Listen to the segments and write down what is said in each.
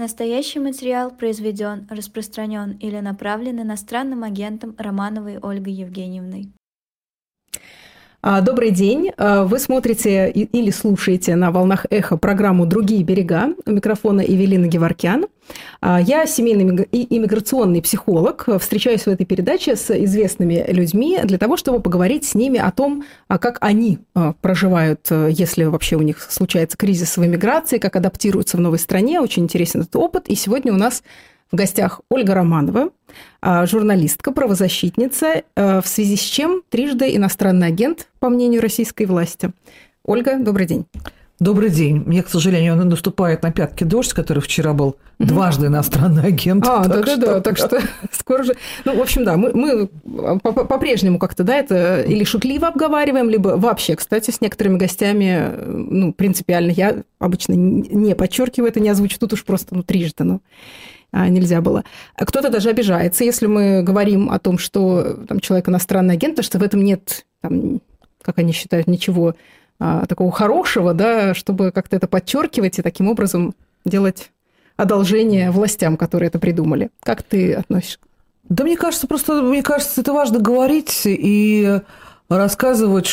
Настоящий материал произведен, распространен или направлен иностранным агентом Романовой Ольгой Евгеньевной. Добрый день. Вы смотрите или слушаете на волнах Эхо программу «Другие берега». У микрофона Эвелина Геворкян. Я семейный и иммиграционный психолог. Встречаюсь в этой передаче с известными людьми для того, чтобы поговорить с ними о том, как они проживают, если вообще у них случается кризис в эмиграции, как адаптируются в новой стране. Очень интересен этот опыт. И сегодня у нас в гостях Ольга Романова, журналистка, правозащитница, в связи с чем трижды иностранный агент, по мнению российской власти. Ольга, добрый день. Добрый день. Мне, к сожалению, наступает на пятки дождь, который вчера был дважды иностранный агент. Так что скоро же... Ну, в общем, да, мы по-прежнему как-то, да, это или шутливо обговариваем, либо вообще, кстати, с некоторыми гостями, принципиально я обычно не подчеркиваю это, не озвучу, тут уж просто, трижды, нельзя было. Кто-то даже обижается, если мы говорим о том, что там, человек иностранный агент, потому что в этом нет, как они считают, ничего такого хорошего, да, чтобы как-то это подчеркивать и таким образом делать одолжение властям, которые это придумали. Как ты относишься? Да, мне кажется, это важно говорить и рассказывать,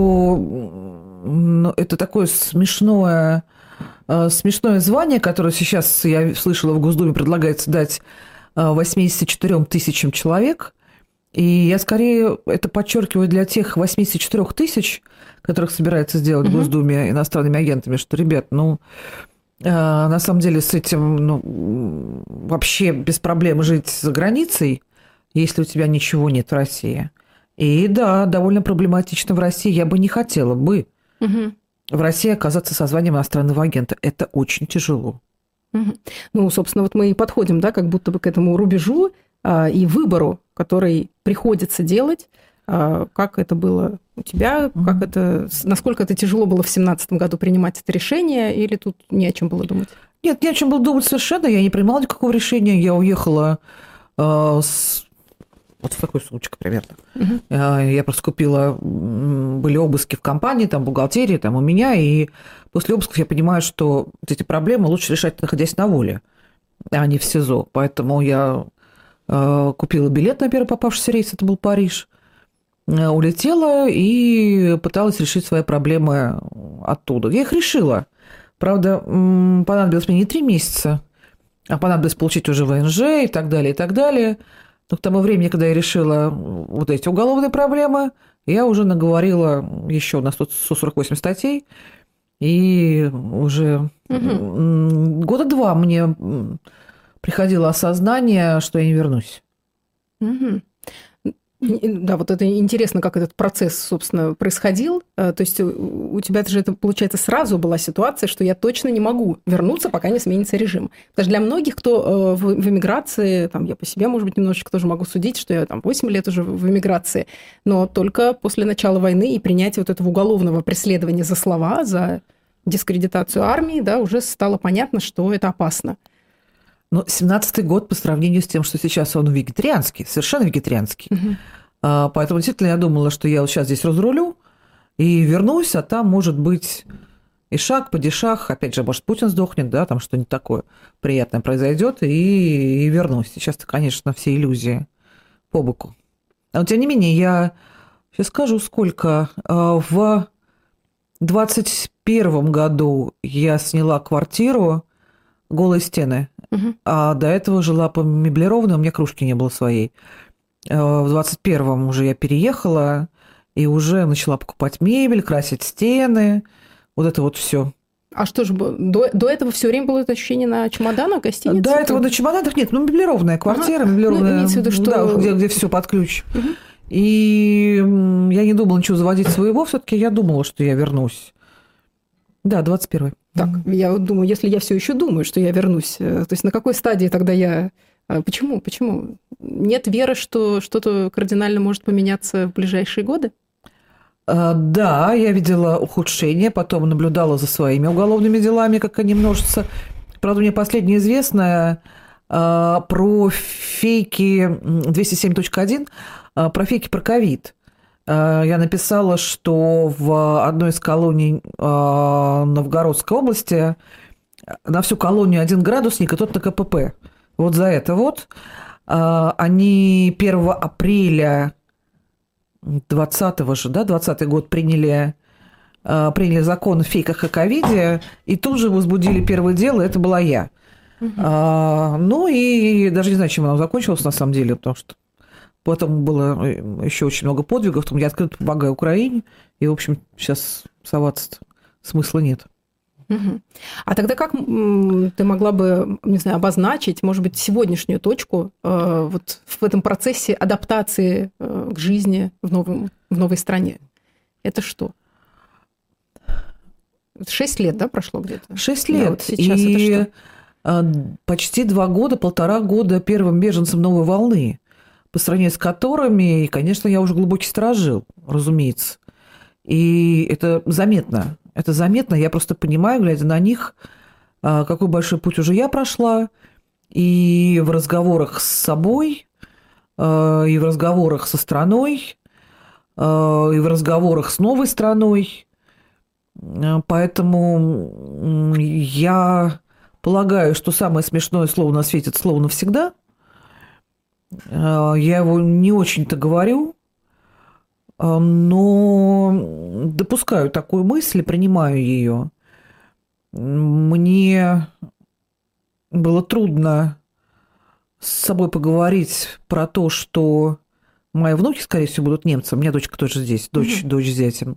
что это такое смешное звание, которое сейчас, я слышала, в Госдуме предлагается дать 84 тысячам человек. И я скорее это подчеркиваю для тех 84 тысяч, которых собирается сделать в Госдуме иностранными агентами, что, ребят, на самом деле с этим вообще без проблем жить за границей, если у тебя ничего нет в России. И да, довольно проблематично в России. Я бы не хотела бы в России оказаться со званием иностранного агента. Это очень тяжело. Собственно, вот мы и подходим, да, как будто бы к этому рубежу и выбору, который приходится делать. Как это было у тебя? Насколько это тяжело было в 2017 году принимать это решение, или тут не о чем было думать? Нет, не о чем было думать совершенно. Я не принимала никакого решения. Я уехала вот в такой сумочке примерно. Я просто купила, были обыски в компании, там, бухгалтерии, там, у меня, и после обысков я понимаю, что вот эти проблемы лучше решать, находясь на воле, а не в СИЗО. Поэтому я купила билет на первый попавшийся рейс, это был Париж, улетела и пыталась решить свои проблемы оттуда. Я их решила. Правда, понадобилось мне не 3 месяца, а понадобилось получить уже ВНЖ и так далее, и так далее. Но к тому времени, когда я решила вот эти уголовные проблемы, я уже наговорила еще на 148 статей, и уже года 2 мне приходило осознание, что я не вернусь. Да, вот это интересно, как этот процесс, собственно, происходил. То есть у тебя же это, получается, сразу была ситуация, что я точно не могу вернуться, пока не сменится режим. Потому что для многих, кто в эмиграции, я по себе, может быть, немножечко тоже могу судить, что я 8 лет уже в эмиграции, но только после начала войны и принятия вот этого уголовного преследования за слова, за дискредитацию армии, да, уже стало понятно, что это опасно. Но 17-й год по сравнению с тем, что сейчас он вегетарианский, совершенно вегетарианский. Поэтому действительно я думала, что я вот сейчас здесь разрулю и вернусь, а там, может быть, и шаг, падишах, опять же, может, Путин сдохнет, да, там что-нибудь такое приятное произойдет, и вернусь. Сейчас-то, конечно, все иллюзии по боку. Но, тем не менее, я сейчас скажу, сколько. В 21 году я сняла квартиру «Голые стены», а до этого жила по меблированной, у меня кружки не было своей. В 21-м уже я переехала и уже начала покупать мебель, красить стены, вот это вот все. А что же было? До этого все время было это ощущение на чемоданах, гостинице? До этого на чемоданах нет, меблированная квартира, меблированная, имеется в виду, что... да, где все под ключ. И я не думала ничего заводить своего, все-таки я думала, что я вернусь. Да, 21-й. Так, я думаю, если я все еще думаю, что я вернусь, то есть на какой стадии тогда я... Почему? Нет веры, что что-то кардинально может поменяться в ближайшие годы? Да, я видела ухудшение, потом наблюдала за своими уголовными делами, как они множатся. Правда, мне последнее известное про фейки 207.1, про фейки про ковид. Я написала, что в одной из колоний Новгородской области на всю колонию 1 градусник, и тот на КПП. Вот за это вот. Они 1 апреля 20-го же, да, 20-й год приняли закон о фейках и ковиде, и тут же возбудили первое дело, это была я. Ну и даже не знаю, чем оно закончилось на самом деле, потому что потом было еще очень много подвигов, потом я открыто помогаю Украине, и, в общем, сейчас соваться смысла нет. А тогда как ты могла бы, не знаю, обозначить, может быть, сегодняшнюю точку вот в этом процессе адаптации к жизни в новой стране? Это что? 6 лет, да, прошло где-то? 6 лет. Да, вот сейчас и это что? Почти 2 года, 1,5 года первым беженцам новой волны, по сравнению с которыми, конечно, я уже глубокий сторожил, разумеется. И это заметно. Это заметно. Я просто понимаю, глядя на них, какой большой путь уже я прошла. И в разговорах с собой, и в разговорах со страной, и в разговорах с новой страной. Поэтому я полагаю, что самое смешное слово на свете – это слово «навсегда». Я его не очень-то говорю, но допускаю такую мысль, принимаю ее. Мне было трудно с собой поговорить про то, что мои внуки, скорее всего, будут немцами. У меня дочка тоже здесь, дочь с зятем.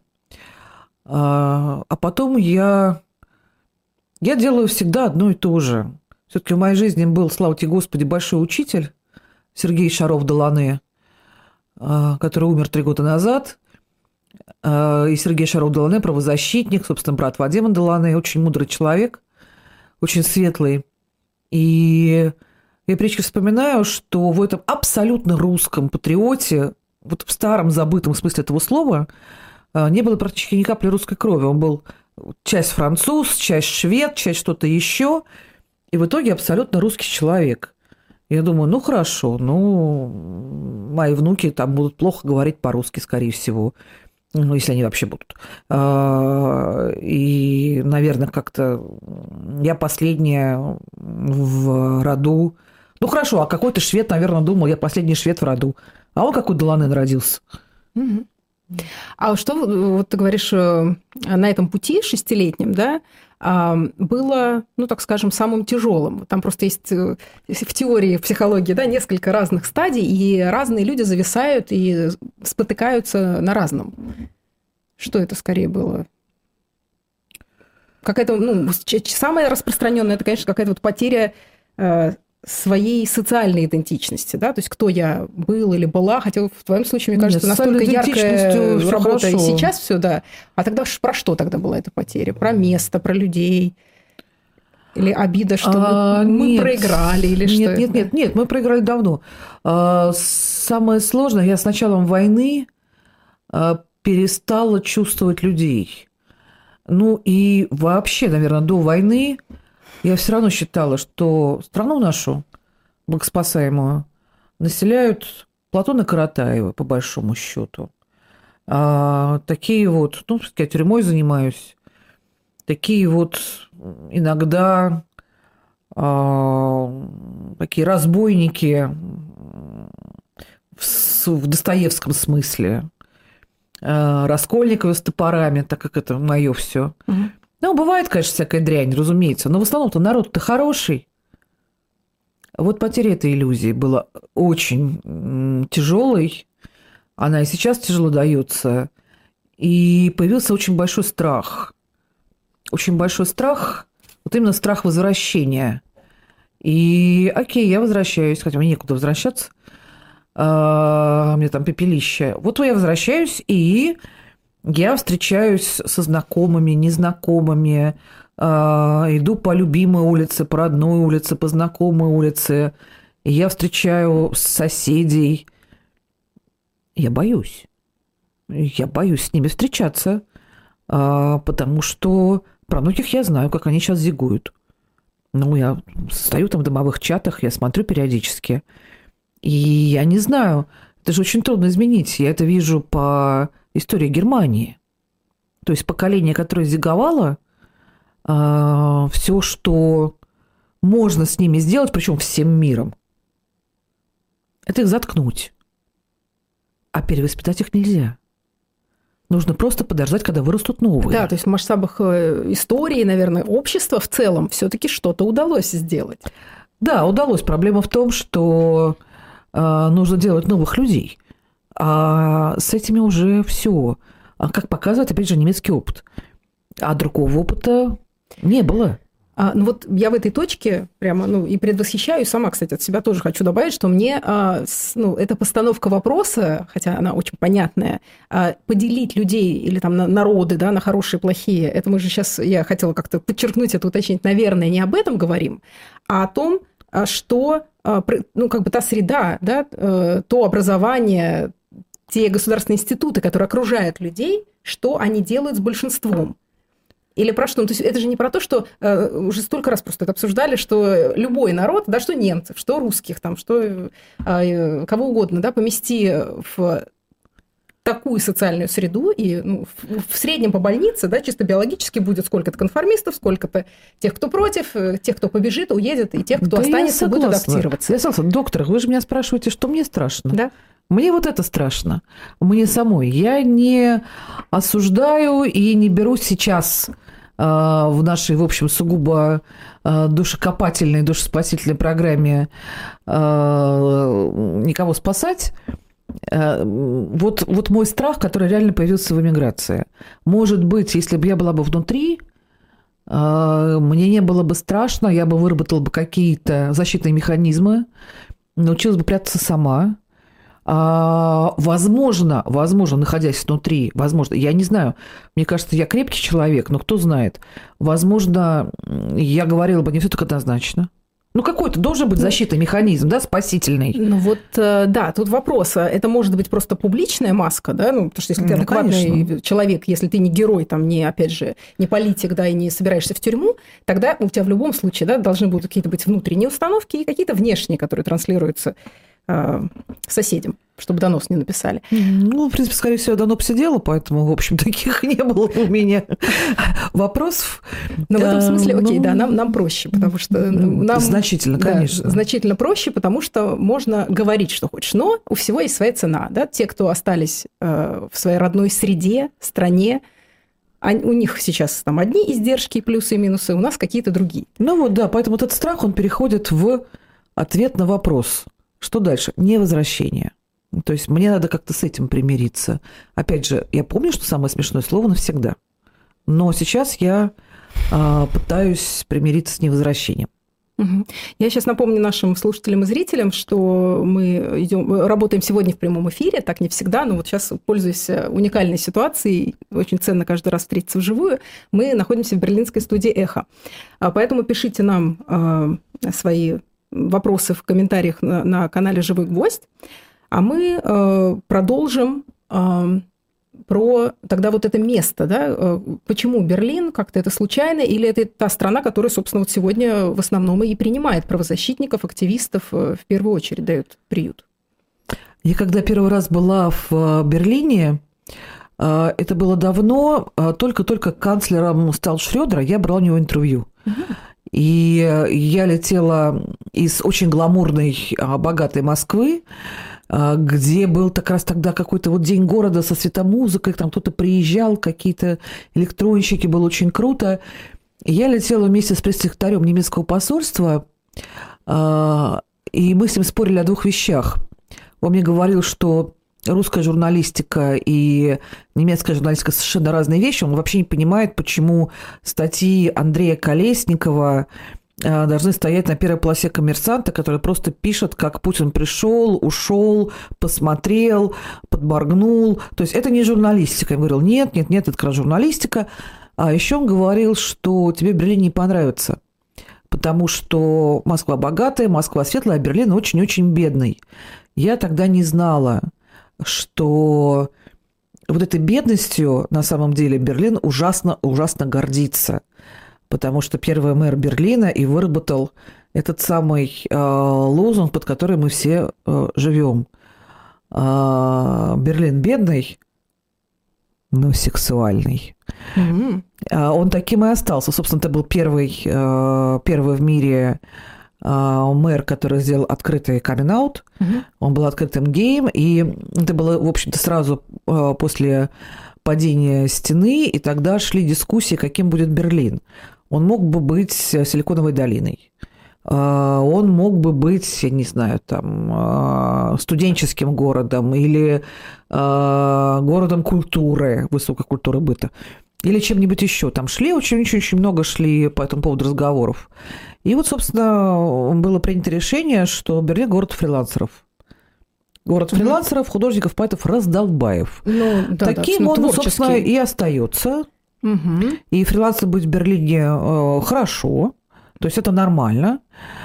А потом я делаю всегда одно и то же. Все-таки в моей жизни был, слава тебе Господи, большой учитель Сергей Шаров-Делане, который умер 3 года назад. И Сергей Шаров-Делане, правозащитник, собственно, брат Вадима Делане, очень мудрый человек, очень светлый. И я притчу вспоминаю, что в этом абсолютно русском патриоте, вот в старом забытом смысле этого слова, не было практически ни капли русской крови. Он был часть француз, часть швед, часть что-то еще. И в итоге абсолютно русский человек. Я думаю, ну хорошо, мои внуки там будут плохо говорить по-русски, скорее всего. Ну, если они вообще будут. И, наверное, как-то я последняя в роду. Ну, хорошо, а какой-то швед, наверное, думал, я последний швед в роду. А он какой Деланен родился. А что, вот ты говоришь, на этом пути 6-летнем, да, было, ну, так скажем, самым тяжелым? Там просто есть в теории, в психологии, да, несколько разных стадий, и разные люди зависают и спотыкаются на разном. Что это скорее было? Какая-то, самое распространенное, это, конечно, какая-то вот потеря своей социальной идентичности, да, то есть кто я был или была, хотя в твоем случае, мне кажется, настолько яркая работа и сейчас все, да. А тогда про что тогда была эта потеря? Про место, про людей? Или обида, что мы проиграли? Или что? Нет, мы проиграли давно. Самое сложное, я с началом войны перестала чувствовать людей. Ну и вообще, наверное, до войны я все равно считала, что страну нашу, богоспасаемую, населяют Платон и Каратаева, по большому счету. Такие вот, я тюрьмой занимаюсь, такие вот иногда такие разбойники в Достоевском смысле, Раскольниковы с топорами, так как это мое все. Ну, бывает, конечно, всякая дрянь, разумеется, но в основном-то народ-то хороший. Вот потеря этой иллюзии была очень тяжелой. Она и сейчас тяжело дается. И появился очень большой страх. Очень большой страх, вот именно страх возвращения. И окей, я возвращаюсь, хотя мне некуда возвращаться. Мне там пепелище. Вот я возвращаюсь, и я встречаюсь со знакомыми, незнакомыми, иду по любимой улице, по родной улице, по знакомой улице. И я встречаю соседей. Я боюсь. Я боюсь с ними встречаться, потому что про многих я знаю, как они сейчас зигуют. Я стою там в домовых чатах, я смотрю периодически. И я не знаю, это же очень трудно изменить. Я это вижу по истории Германии. То есть поколение, которое зиговало, все, что можно с ними сделать, причем всем миром, это их заткнуть. А перевоспитать их нельзя. Нужно просто подождать, когда вырастут новые. Да, то есть в масштабах истории, наверное, общества в целом все-таки что-то удалось сделать. Да, удалось. Проблема в том, что нужно делать новых людей. А с этими уже все. А как показывает, опять же, немецкий опыт. А другого опыта не было. Ну вот я в этой точке прямо, и предвосхищаю, сама, кстати, от себя тоже хочу добавить, что мне, эта постановка вопроса, хотя она очень понятная, поделить людей или там народы, да, на хорошие и плохие, это мы же сейчас, я хотела как-то подчеркнуть это, уточнить, наверное, не об этом говорим, а о том, что, та среда, да, то образование, те государственные институты, которые окружают людей, что они делают с большинством. Или про что? То есть это же не про то, что уже столько раз просто это обсуждали, что любой народ, да, что немцев, что русских, там, что кого угодно, да, помести в такую социальную среду, и в среднем по больнице, да, чисто биологически будет сколько-то конформистов, сколько-то тех, кто против, тех, кто побежит, уедет, и тех, кто останется, будет адаптироваться. Я согласна. Доктор, вы же меня спрашиваете, что мне страшно. Да. Мне вот это страшно. Мне самой. Я не осуждаю и не беру сейчас в нашей, в общем, сугубо душекопательной, душеспасительной программе никого спасать. Вот мой страх, который реально появился в эмиграции. Может быть, если бы я была бы внутри, мне не было бы страшно, я бы выработала бы какие-то защитные механизмы, научилась бы прятаться сама. Возможно, находясь внутри, возможно, я не знаю, мне кажется, я крепкий человек, но кто знает, возможно, я говорила бы не все так однозначно. Какой-то должен быть защитный механизм, да, спасительный. Да, тут вопрос. Это может быть просто публичная маска, да, потому что если ты адекватный человек, если ты не герой, там, не, опять же, не политик, да, и не собираешься в тюрьму, тогда у тебя в любом случае, да, должны будут какие-то быть внутренние установки и какие-то внешние, которые транслируются соседям, чтобы донос не написали. В принципе, скорее всего, давно посидела, поэтому, в общем, таких не было у меня вопросов. Но в этом смысле, окей, да, нам проще, потому что нам... Значительно, конечно. Значительно проще, потому что можно говорить, что хочешь, но у всего есть своя цена, да, те, кто остались в своей родной среде, стране, у них сейчас там одни издержки, плюсы и минусы, у нас какие-то другие. Поэтому этот страх, он переходит в ответ на вопрос. Что дальше? Невозвращение. То есть мне надо как-то с этим примириться. Опять же, я помню, что самое смешное слово навсегда. Но сейчас я пытаюсь примириться с невозвращением. Я сейчас напомню нашим слушателям и зрителям, что мы работаем сегодня в прямом эфире, так не всегда, но вот сейчас, пользуясь уникальной ситуацией, очень ценно каждый раз встретиться вживую, мы находимся в берлинской студии «Эхо». Поэтому пишите нам свои вопросы в комментариях на канале «Живой гвоздь», а мы продолжим про тогда вот это место, да, почему Берлин, как-то это случайно, или это та страна, которая, собственно, вот сегодня в основном и принимает правозащитников, активистов, в первую очередь дает приют. Я когда первый раз была в Берлине, это было давно, только-только канцлером стал Шрёдер, я брала у него интервью. И я летела из очень гламурной, богатой Москвы, где был как раз тогда какой-то вот день города со светомузыкой, там кто-то приезжал, какие-то электронщики, было очень круто. И я летела вместе с пресс-секретарем немецкого посольства, и мы с ним спорили о двух вещах. Он мне говорил, что русская журналистика и немецкая журналистика совершенно разные вещи. Он вообще не понимает, почему статьи Андрея Колесникова должны стоять на первой полосе «Коммерсанта», который просто пишет, как Путин пришел, ушел, посмотрел, подморгнул. То есть это не журналистика. Я говорил, нет, это как раз журналистика. А еще он говорил, что тебе Берлин не понравится, потому что Москва богатая, Москва светлая, а Берлин очень-очень бедный. Я тогда не знала, что вот этой бедностью на самом деле Берлин ужасно гордится, потому что первый мэр Берлина и выработал этот самый лозунг, под который мы все живем. Берлин бедный, но сексуальный. Он таким и остался. Собственно, это был первый в мире мэр, который сделал открытый камин-аут. Он был открытым геем, и это было, в общем-то, сразу после падения стены, и тогда шли дискуссии, каким будет Берлин. Он мог бы быть Силиконовой долиной. Он мог бы быть, я не знаю, там, студенческим городом или городом культуры, высокой культуры быта, или чем-нибудь еще. Там шли очень много по этому поводу разговоров. И вот, собственно, было принято решение, что Берлин – город фрилансеров. Город фрилансеров, художников, поэтов, раздолбаев. Таким он, собственно, и остается. И фрилансер быть в Берлине хорошо. То есть это нормально.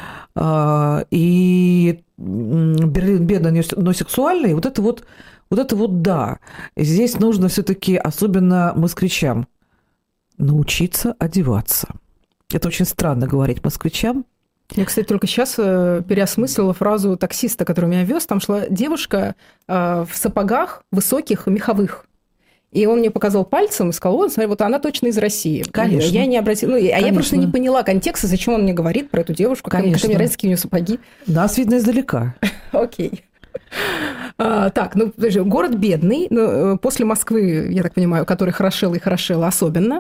И Берлин бедный, но сексуальный. Вот это вот да. Здесь нужно все-таки, особенно москвичам, научиться одеваться. Это очень странно говорить москвичам. Я, кстати, только сейчас переосмыслила фразу таксиста, который меня вез. Там шла девушка в сапогах высоких, меховых. И он мне показал пальцем и сказал: вот, смотри, вот она точно из России. Конечно. Я не обратила... я просто не поняла контекста, зачем он мне говорит про эту девушку, какие у нее сапоги. Нас видно издалека. Окей. Так, подожди, город бедный, после Москвы, я так понимаю, который хорошела и хорошела особенно.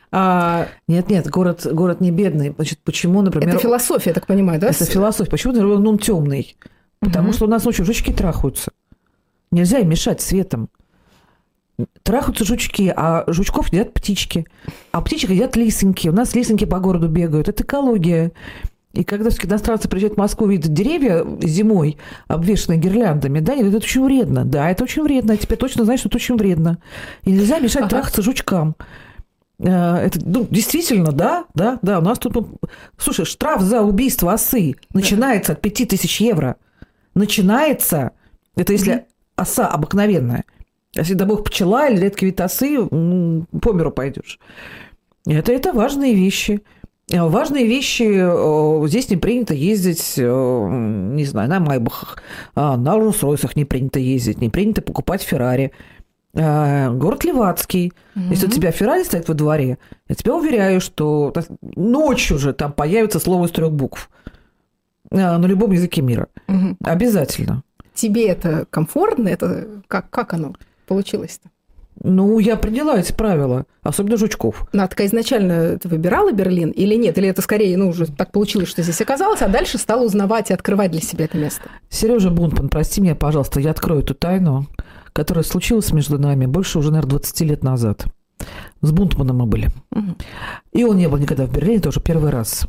Нет, город не бедный. Значит, почему, например... Это философия, я так понимаю, да? Это философия. Почему, например, он темный? Потому что у нас ночью жучки трахаются. Нельзя им мешать светом. Трахаются жучки, а жучков едят птички. А птичек едят лисоньки. У нас лисоньки по городу бегают. Это экология. И когда иностранцы приезжают в Москву, видят деревья зимой, обвешанные гирляндами, да, они говорят: это очень вредно. Да, это очень вредно. А теперь точно знаешь, что это очень вредно. И нельзя мешать трахаться жучкам. Это, действительно, да. У нас тут... Слушай, штраф за убийство осы начинается от 5000 евро. Начинается. Это если оса обыкновенная. Если, да бог, пчела или редкий вид осы, по миру пойдешь. Это важные вещи. Важные вещи. Здесь не принято ездить, не знаю, на Майбахах. На Роллс-Ройсах не принято ездить. Не принято покупать Феррари. Город Левацкий. Если у тебя Феррари стоит во дворе, я тебя уверяю, что ночью же там появится слово из 3 букв. На любом языке мира. Обязательно. Тебе это комфортно? Это как оно получилось-то? Я приняла эти правила, особенно жучков. Надка, изначально ты выбирала Берлин или нет? Или это скорее, уже так получилось, что здесь оказалось, а дальше стала узнавать и открывать для себя это место? Сережа Бунтман, прости меня, пожалуйста, я открою эту тайну, которая случилась между нами больше уже, наверное, 20 лет назад. С Бунтманом мы были. И он не был никогда в Берлине, тоже первый раз.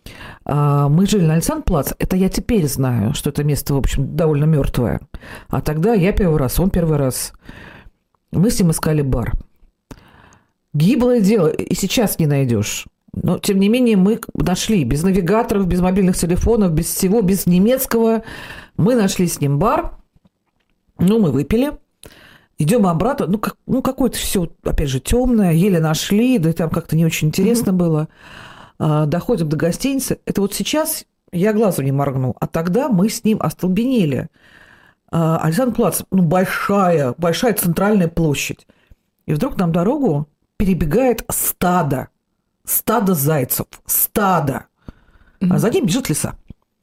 Мы жили на Александр-Плац. Это я теперь знаю, что это место, в общем, довольно мертвое. А тогда я первый раз, он первый раз. Мы с ним искали бар. Гиблое дело, и сейчас не найдешь. Но, тем не менее, мы нашли без навигаторов, без мобильных телефонов, без всего, без немецкого. Мы нашли с ним бар. Мы выпили. Идем обратно. Какое-то все, опять же, темное. Еле нашли, да и там как-то не очень интересно было. Доходим до гостиницы. Это вот сейчас я глазом не моргнул. А тогда мы с ним остолбенели. Александр-Плац, большая центральная площадь. И вдруг нам дорогу перебегает стадо зайцев. Стадо. А за ним бежит лиса.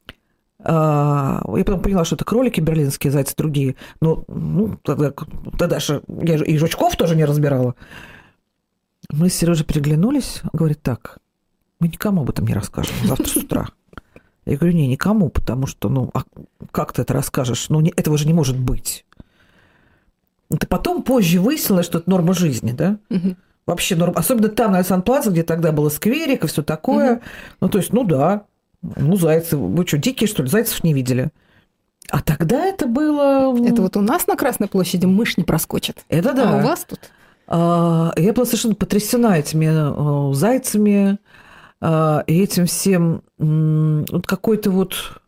Я потом поняла, что это кролики берлинские, зайцы другие. Тогда же я и жучков тоже не разбирала. Мы с Сережей переглянулись. Говорит: так, мы никому об этом не расскажем завтра с утра. Я говорю: никому, потому что, как ты это расскажешь? Этого же не может быть. Это потом, позже выяснилось, что это норма жизни, да? Вообще норма. Особенно там, на Александр-Плаце, где тогда было скверик и все такое. Да. Зайцы. Вы что, дикие, что ли? Зайцев не видели. А тогда это было... Это вот у нас на Красной площади мышь не проскочит. Это да. А у вас тут? Я была совершенно потрясена этими зайцами, и этим всем какой-то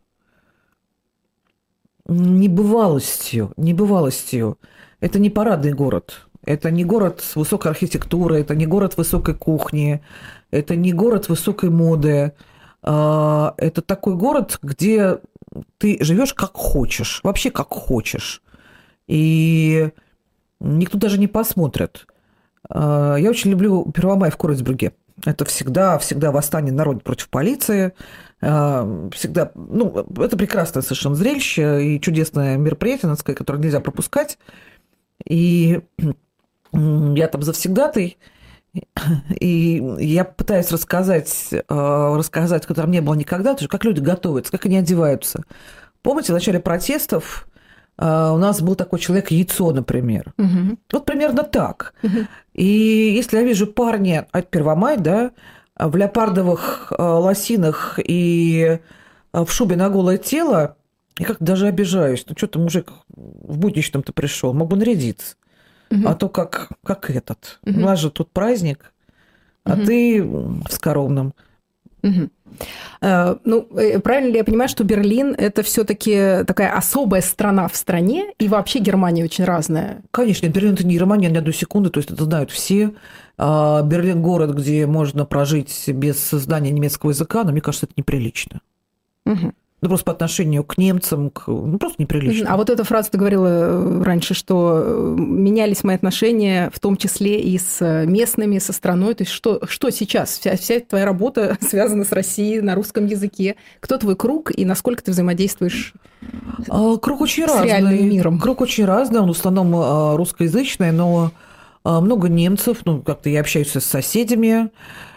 небывалостью. Это не парадный город. Это не город с высокой архитектурой, это не город высокой кухни, это не город высокой моды. Это такой город, где ты живешь как хочешь, вообще как хочешь. И никто даже не посмотрит. Я очень люблю Первомай в Кёнигсберге. Это всегда восстание народа против полиции. Всегда, это прекрасное совершенно зрелище и чудесное мероприятие, которое нельзя пропускать. И я там завсегдатый, и я пытаюсь рассказать, которым не было никогда, как люди готовятся, как они одеваются. Помните, в начале протестов у нас был такой человек яйцо, например. Угу. Вот примерно так. Угу. И если я вижу парня от Первомай, да, в леопардовых лосинах и в шубе на голое тело, я как-то даже обижаюсь. Что ты, мужик, в будничном-то пришел, мог бы нарядиться. Угу. А то как этот. Угу. У нас же тут праздник, а ты в скоромном. Угу. Правильно ли я понимаю, что Берлин – это все-таки такая особая страна в стране, и вообще Германия очень разная? Конечно, Берлин – это не Германия ни одну секунду, то есть это знают все. Берлин – город, где можно прожить без знания немецкого языка, но мне кажется, это неприлично. Угу. Просто по отношению к немцам, просто неприлично. А вот эта фраза ты говорила раньше, что менялись мои отношения, в том числе и с местными, со страной. То есть что сейчас? Вся твоя работа связана с Россией на русском языке. Кто твой круг и насколько ты взаимодействуешь круг очень с разный. Реальным миром? Круг очень разный, он в основном русскоязычный, но много немцев. Как-то я общаюсь с соседями,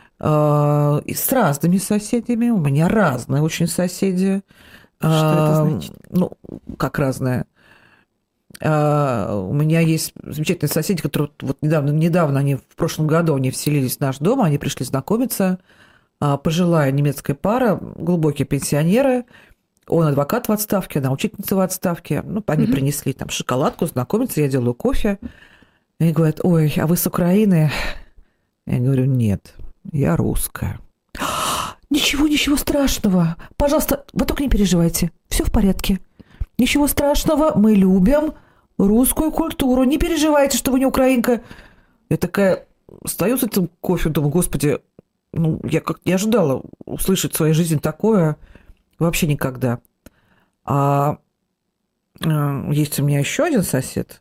и с разными соседями. У меня разные очень соседи. Что это значит? Как разные? У меня есть замечательные соседи, которые вот недавно они в прошлом году они вселились в наш дом, они пришли знакомиться. Пожилая немецкая пара, глубокие пенсионеры. Он адвокат в отставке, она учительница в отставке. Они принесли там шоколадку, знакомиться, я делаю кофе. И они говорят: ой, а вы с Украины? Я говорю: нет. Я русская. Ничего страшного. Пожалуйста, вы только не переживайте. Все в порядке. Ничего страшного. Мы любим русскую культуру. Не переживайте, что вы не украинка. Я такая стою с этим кофе, думаю: господи, я как не ожидала услышать в своей жизни такое вообще никогда. А есть у меня еще один сосед,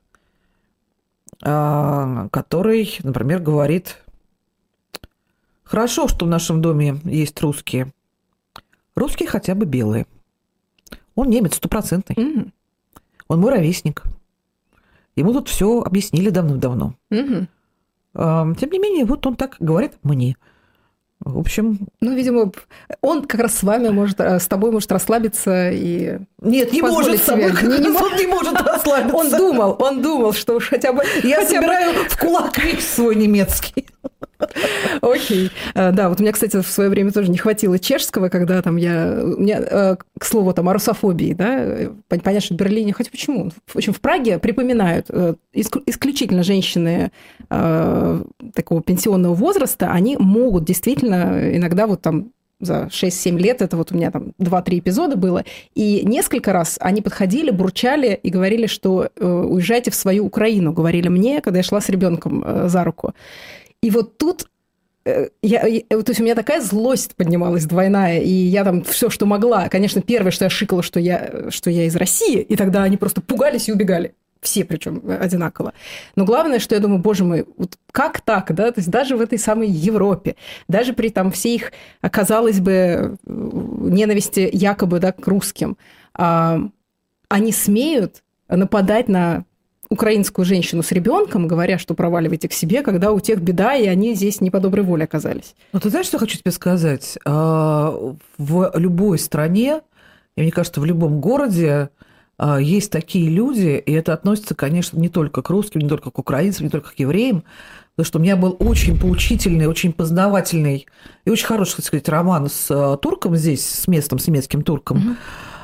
который, например, говорит: хорошо, что в нашем доме есть русские. Русские хотя бы белые. Он немец 100%. Mm-hmm. Он мой ровесник. Ему тут все объяснили давным-давно. Mm-hmm. Тем не менее, вот он так говорит мне. В общем... видимо, он как раз с тобой может расслабиться и... Нет, не может с тобой. Он не может расслабиться. Он думал, что уж хотя бы... Я собираю в кулак весь свой немецкий. Окей. Да, вот у меня, кстати, в свое время тоже не хватило чешского, когда там у меня, к слову, там о русофобии, да, понятно, что в Берлине, хотя почему? В общем, в Праге припоминают, исключительно женщины такого пенсионного возраста, они могут действительно иногда вот там за 6-7 лет, это вот у меня там 2-3 эпизода было, и несколько раз они подходили, бурчали и говорили, что уезжайте в свою Украину, говорили мне, когда я шла с ребенком за руку. И вот тут то есть у меня такая злость поднималась двойная, и я там все, что могла. Конечно, первое, что я шикала, что я из России, и тогда они просто пугались и убегали. Все причем одинаково. Но главное, что я думаю: боже мой, вот как так, да? То есть даже в этой самой Европе, даже при там всей их, казалось бы, ненависти якобы, да, к русским, они смеют нападать на украинскую женщину с ребенком, говоря, что проваливайте к себе, когда у тех беда, и они здесь не по доброй воле оказались. Ты знаешь, что я хочу тебе сказать? В любой стране, и мне кажется, в любом городе есть такие люди, и это относится, конечно, не только к русским, не только к украинцам, не только к евреям, потому что у меня был очень поучительный, очень познавательный и очень хороший, так сказать, роман с турком здесь, с немецким турком. Mm-hmm.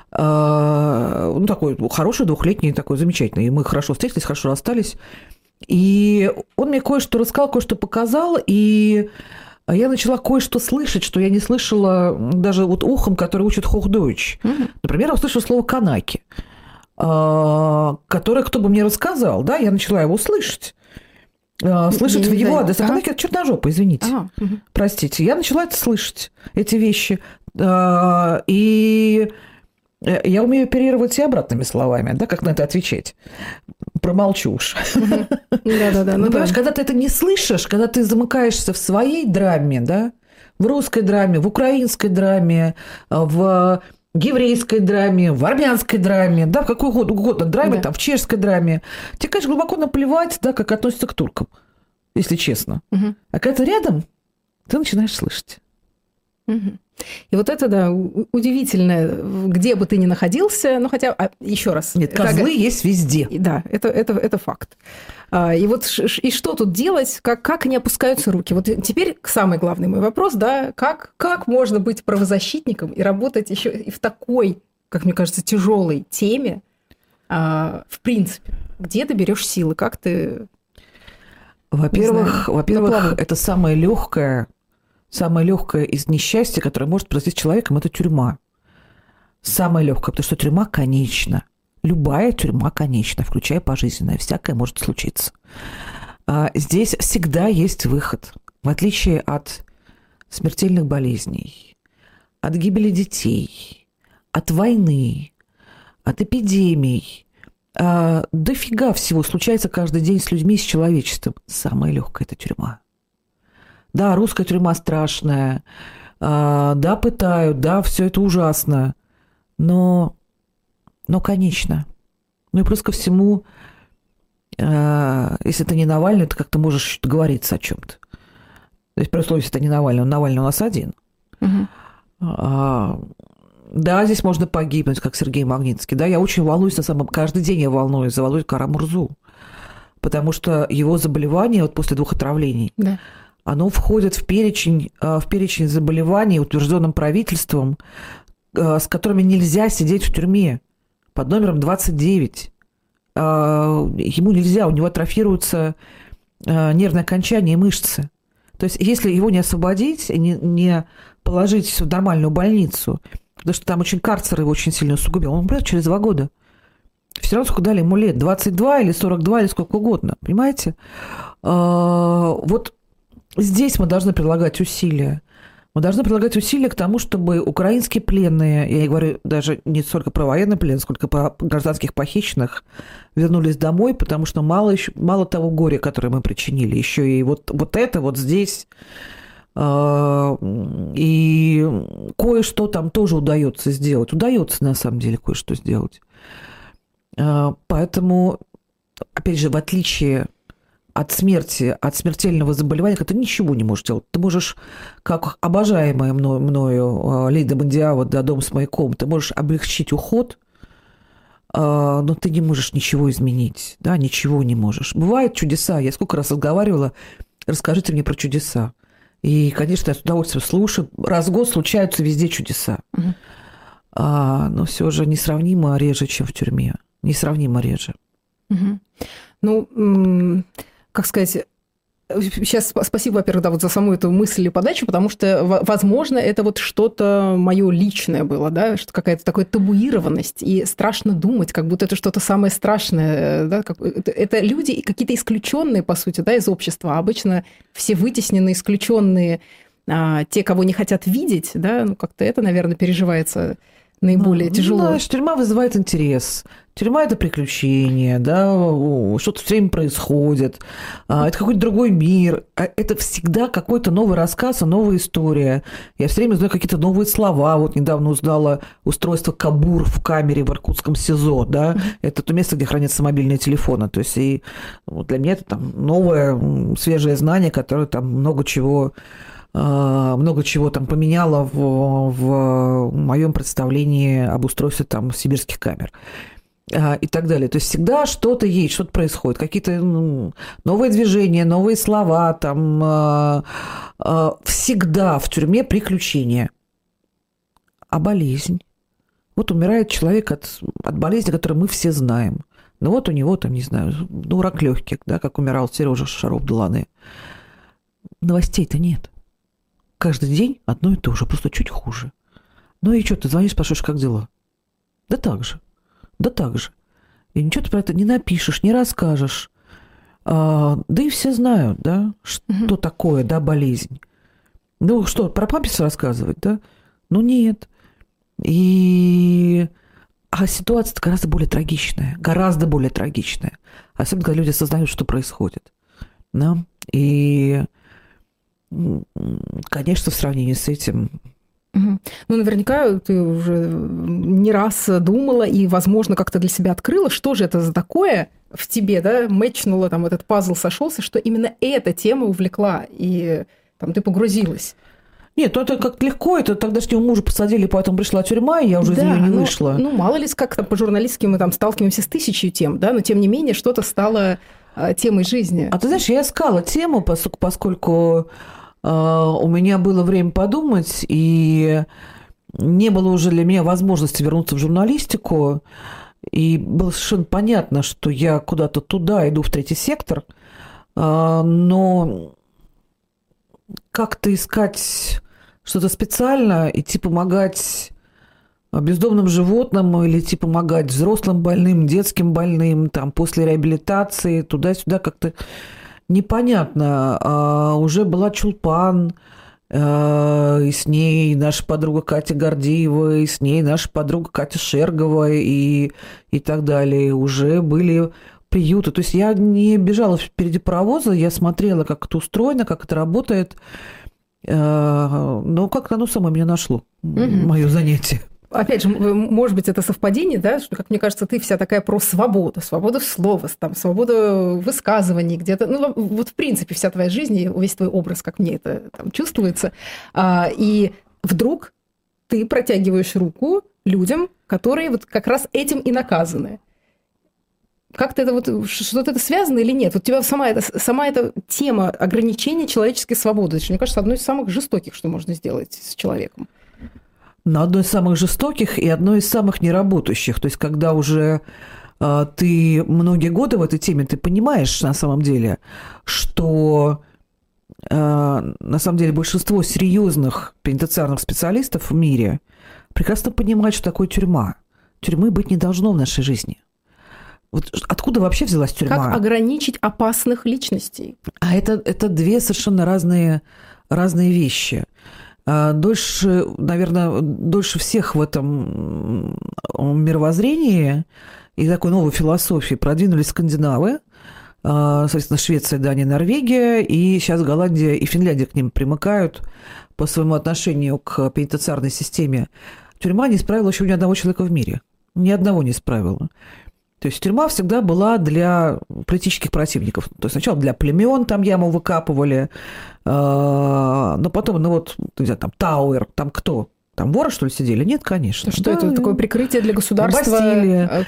Такой хороший, двухлетний, такой замечательный. И мы хорошо встретились, хорошо расстались. И он мне кое-что рассказал, кое-что показал, и я начала кое-что слышать, что я не слышала даже вот ухом, который учит Hochdeutsch. Mm-hmm. Например, я услышала слово «канаки», которое кто бы мне рассказал, да, я начала его слышать. Слышать в его адрес. А канаки – это черножопа, извините. Простите. Я начала это слышать, эти вещи. И Я умею оперировать и обратными словами, да, как на это отвечать. Промолчу уж. Да-да-да. Ну, понимаешь, когда ты это не слышишь, когда ты замыкаешься в своей драме, да, в русской драме, в украинской драме, в еврейской драме, в армянской драме, да, в какой угодно драме, там, в чешской драме, тебе, конечно, глубоко наплевать, да, как относятся к туркам, если честно. А когда ты рядом, ты начинаешь слышать. И вот это, да, удивительно, где бы ты ни находился, ну хотя, еще раз. Нет, козлы есть везде. Да, это факт. И вот и что тут делать, как не опускаются руки? Вот теперь самый главный мой вопрос, да, как можно быть правозащитником и работать еще и в такой, как мне кажется, тяжелой теме, в принципе, где ты берешь силы, как ты... Во-первых, это самое легкое из несчастья, которое может произойти с человеком, это тюрьма. Самое легкое, потому что тюрьма конечна. Любая тюрьма конечна, включая пожизненное. Всякое может случиться. Здесь всегда есть выход. В отличие от смертельных болезней, от гибели детей, от войны, от эпидемий. Дофига всего случается каждый день с людьми, с человечеством. Самое легкое – это тюрьма. Да, русская тюрьма страшная, да, пытают, да, все это ужасно, но конечно. Ну и плюс ко всему, если это не Навальный, ты как-то можешь договориться о чем-то. То есть, при условии, если это не Навальный, Навальный у нас один. Да, здесь можно погибнуть, как Сергей Магнитский. Да, я очень волнуюсь, каждый день я волнуюсь за Володю Кара-Мурзу, потому что его заболевание вот после 2 отравлений, да, оно входит в перечень заболеваний, утвержденным правительством, с которыми нельзя сидеть в тюрьме, под номером 29. Ему нельзя, у него атрофируются нервные окончания и мышцы. То есть если его не освободить, не положить в нормальную больницу, потому что там очень карцер его очень сильно усугубил, он умрет через 2 года. Все равно сколько дали ему лет, 22 или 42 или сколько угодно, понимаете? Вот здесь мы должны прилагать усилия. Мы должны прилагать усилия к тому, чтобы украинские пленные, я не говорю даже не столько про военный плен, сколько про гражданских похищенных, вернулись домой, потому что мало того горя, которое мы причинили, еще и вот это вот здесь, и кое-что там тоже удается сделать. Удается на самом деле кое-что сделать. Поэтому, опять же, в отличие от смерти, от смертельного заболевания, когда ты ничего не можешь делать. Ты можешь, как обожаемая мною Лида Бондиава, да, «Дом с маяком», ты можешь облегчить уход, но ты не можешь ничего изменить, да, ничего не можешь. Бывают чудеса. Я сколько раз разговаривала, расскажите мне про чудеса. И, конечно, я с удовольствием слушаю. Раз в год случаются везде чудеса. Но все же несравнимо реже, чем в тюрьме. Несравнимо реже. Ну, как сказать, сейчас спасибо, во-первых, да, вот за саму эту мысль и подачу, потому что, возможно, это вот что-то мое личное было, да, что какая-то такая табуированность, и страшно думать, как будто это что-то самое страшное, да, это люди какие-то исключенные, по сути, да, из общества, а обычно все вытесненные, исключенные, те, кого не хотят видеть, да, ну, как-то это, наверное, переживается наиболее тяжело. Знаешь, тюрьма вызывает интерес. Тюрьма – это приключение, да, что-то все время происходит, это какой-то другой мир, это всегда какой-то новый рассказ, новая история. Я все время знаю какие-то новые слова. Вот недавно узнала устройство Кабур в камере в иркутском СИЗО, да, это то место, где хранятся мобильные телефоны. То есть и для меня это там новое, свежее знание, которое там много чего там поменяло в моем представлении об устройстве там сибирских камер и так далее. То есть всегда что-то есть, что-то происходит, какие-то новые движения, новые слова, там всегда в тюрьме приключения. А болезнь? Вот умирает человек от болезни, которую мы все знаем. Ну вот у него там, не знаю, рак легких, да, как умирал Сережа Шаров-Делане. Новостей-то нет. Каждый день одно и то же, просто чуть хуже. Ну и что, ты звонишь, спрашиваешь, как дела? Да так же. И ничего ты про это не напишешь, не расскажешь. Да и все знают, да, что такое, да, болезнь. Ну что, про папицу рассказывать, да? Ну нет. И А ситуация гораздо более трагичная. Гораздо более трагичная. Особенно, когда люди осознают, что происходит. Да? И, конечно, в сравнении с этим... Ну, наверняка ты уже не раз думала и, возможно, как-то для себя открыла, что же это за такое в тебе, да, мэчнуло, там этот пазл сошелся, что именно эта тема увлекла, и там ты погрузилась. Нет, ну это как легко, это тогда что мужа посадили, поэтому пришла тюрьма, и я уже из нее не вышла. Ну, мало ли, как-то по-журналистски мы там сталкиваемся с тысячей тем, да, но тем не менее что-то стало темой жизни. А ты знаешь, я искала тему, поскольку у меня было время подумать, и не было уже для меня возможности вернуться в журналистику, и было совершенно понятно, что я куда-то туда иду, в третий сектор, но как-то искать что-то специально, идти помогать бездомным животным или идти помогать взрослым больным, детским больным, там, после реабилитации, туда-сюда как-то непонятно. Уже была Чулпан, и с ней наша подруга Катя Гордеева, и с ней наша подруга Катя Шергова, и так далее. Уже были приюты. То есть я не бежала впереди паровоза, я смотрела, как это устроено, как это работает. Но как-то оно само меня нашло, мое занятие. Опять же, может быть, это совпадение, да, что, как мне кажется, ты вся такая про свободу, свободу слова, там, свободу высказываний где-то. Ну, вот в принципе вся твоя жизнь, весь твой образ, как мне это там чувствуется. И вдруг ты протягиваешь руку людям, которые вот как раз этим и наказаны. Как-то это вот, что-то это связано или нет? Вот у тебя сама эта тема ограничения человеческой свободы, мне кажется, одной из самых жестоких, что можно сделать с человеком. Но одной из самых жестоких и одной из самых неработающих. То есть, когда уже ты многие годы в этой теме, ты понимаешь на самом деле, что на самом деле большинство серьезных пенитенциарных специалистов в мире прекрасно понимают, что такое тюрьма. Тюрьмы быть не должно в нашей жизни. Вот откуда вообще взялась тюрьма? Как ограничить опасных личностей? А это две совершенно разные вещи. Дольше всех в этом мировоззрении и такой новой философии продвинулись скандинавы, соответственно, Швеция, Дания, Норвегия, и сейчас Голландия и Финляндия к ним примыкают по своему отношению к пенитенциарной системе. Тюрьма не исправила еще ни одного человека в мире. Ни одного не исправила. То есть тюрьма всегда была для политических противников. То есть сначала для племен там яму выкапывали, но потом, там Тауэр, там кто? Там воры, что ли, сидели? Нет, конечно. Что это такое прикрытие для государства? Бастилия.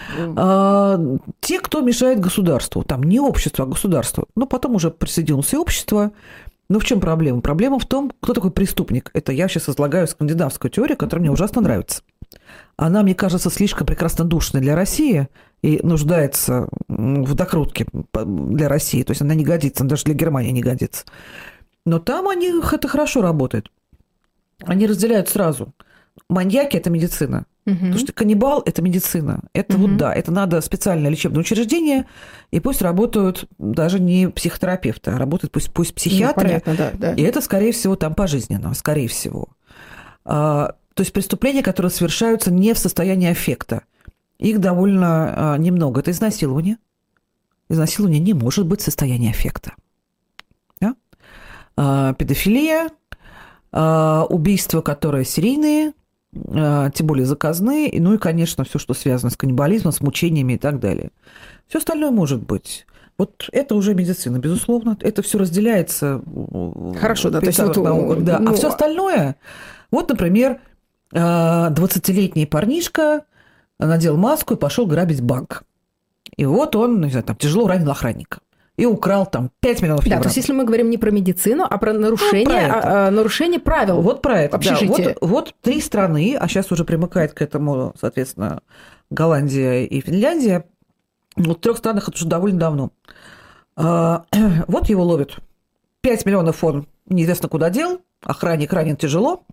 Те, кто мешает государству. Там не общество, а государство. Но потом уже присоединилось и общество. Но в чем проблема? Проблема в том, кто такой преступник. Это я сейчас излагаю скандинавскую теорию, которая мне ужасно нравится. Она, мне кажется, слишком прекрасно душной для России и нуждается в докрутке для России. То есть она не годится, даже для Германии не годится. Но там это хорошо работает. Они разделяют сразу. Маньяки – это медицина. Потому что каннибал – это медицина. Это это надо специальное лечебное учреждение, и пусть работают даже не психотерапевты, а работают пусть психиатры. Ну, понятно, да. И это, скорее всего, там пожизненно, скорее всего. То есть преступления, которые совершаются не в состоянии аффекта. Их довольно немного. Это изнасилование. Изнасилование не может быть в состоянии аффекта. Да? Педофилия, убийства, которые серийные, тем более заказные, ну и, конечно, все, что связано с каннибализмом, с мучениями и так далее. Все остальное может быть. Вот это уже медицина, безусловно. Это все разделяется. Хорошо, да. То есть науках, да. А все остальное, вот, например, 20-летний парнишка надел маску и пошел грабить банк. И вот он, не знаю, там, тяжело ранил охранника. И украл там 5 миллионов евро. Да, то есть если мы говорим не про медицину, а про нарушение, нарушение правил. Вот про это, общежития. Да. Вот 3 страны, а сейчас уже примыкает к этому, соответственно, Голландия и Финляндия. Вот в 3 странах это уже довольно давно. Вот его ловят. 5 миллионов он неизвестно куда дел, охранник ранен тяжело.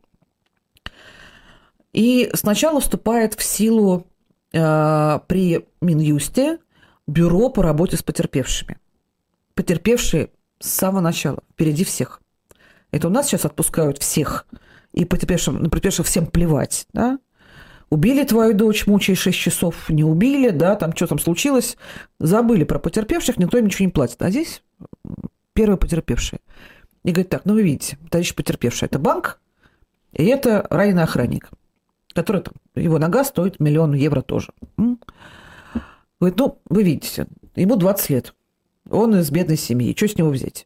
И сначала вступает в силу при Минюсте бюро по работе с потерпевшими. Потерпевшие с самого начала, впереди всех. Это у нас сейчас отпускают всех, и потерпевшим всем плевать. Да? убили твою дочь, мучай 6 часов, не убили, да, там что там случилось, забыли про потерпевших, никто им ничего не платит. А здесь первые потерпевшие. И говорит, так, ну вы видите, товарищ потерпевший, это банк, и это раненый охранник, который там, его нога стоит 1 000 000 евро тоже. Говорит, ну, вы видите, ему 20 лет, он из бедной семьи, что с него взять?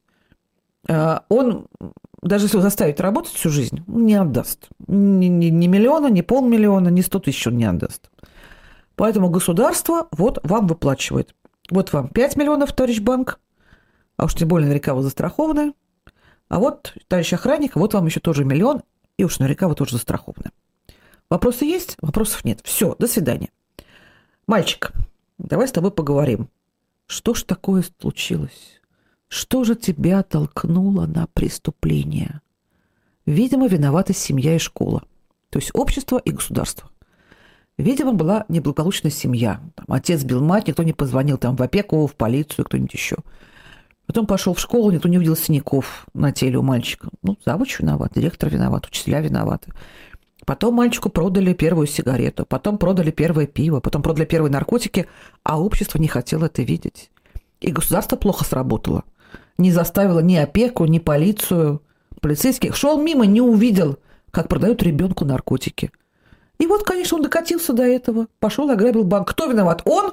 Он, даже если его заставить работать всю жизнь, не отдаст. Ни миллиона, ни 500 000, ни 100 000 он не отдаст. Поэтому государство вот вам выплачивает. Вот вам 5 миллионов, товарищ банк, а уж тем более наверняка вы застрахованы. А вот, товарищ охранник, вот вам еще тоже 1 000 000, и уж наверняка вы тоже застрахованы. Вопросы есть? Вопросов нет. Все, до свидания. Мальчик, давай с тобой поговорим. Что ж такое случилось? Что же тебя толкнуло на преступление? Видимо, виновата семья и школа. То есть общество и государство. Видимо, была неблагополучная семья. Там, отец бил мать, никто не позвонил там, в опеку, в полицию, кто-нибудь еще. Потом пошел в школу, никто не увидел синяков на теле у мальчика. Ну, завуч виноват, директор виноват, учителя виноваты. Потом мальчику продали первую сигарету, потом продали первое пиво, потом продали первые наркотики, а общество не хотело это видеть. И государство плохо сработало. Не заставило ни опеку, ни полицию, полицейских. Шел мимо, не увидел, как продают ребенку наркотики. И вот, конечно, он докатился до этого. Пошел, ограбил банк. Кто виноват? Он?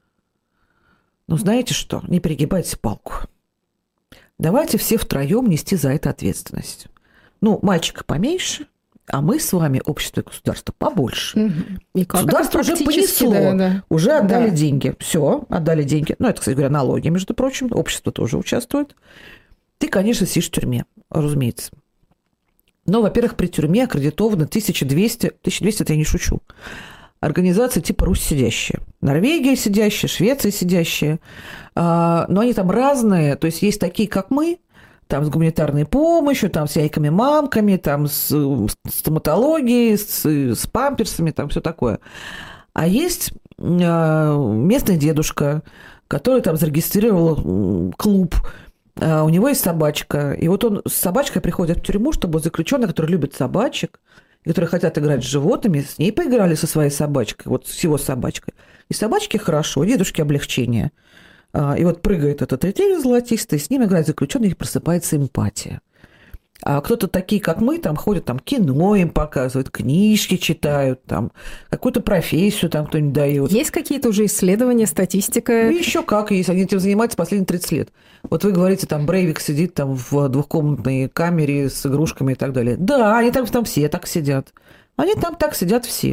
Ну, знаете что? Не перегибайте палку. Давайте все втроем нести за это ответственность. Ну, мальчика поменьше, а мы с вами, общество и государство, побольше. И как государство уже понесло, уже отдали деньги. Все, отдали деньги. Ну, это, кстати говоря, налоги, между прочим. Общество тоже участвует. Ты, конечно, сидишь в тюрьме, разумеется. Но, во-первых, при тюрьме аккредитовано 1200, это я не шучу, организации типа «Русь сидящая». Норвегия сидящая, Швеция сидящая. Но они там разные. То есть есть такие, как мы, там с гуманитарной помощью, там с яйками-мамками, там с стоматологией, с памперсами, там все такое. А есть местный дедушка, который там зарегистрировал клуб, у него есть собачка, и вот он с собачкой приходит в тюрьму, чтобы заключенные, которые любят собачек, которые хотят играть с животными, с ней поиграли со своей собачкой, вот с его собачкой. И собачке хорошо, дедушке облегчение. И вот прыгает этот ретривер золотистый, с ним играет заключенный, и просыпается эмпатия. А кто-то такие, как мы, там ходят, там кино им показывают, книжки читают, там какую-то профессию там кто-нибудь дает. Есть какие-то уже исследования, статистика? И еще как есть, они этим занимаются последние 30 лет. Вот вы говорите, там Брейвик сидит там в двухкомнатной камере с игрушками и так далее. Да, они там все так сидят. Они там так сидят все.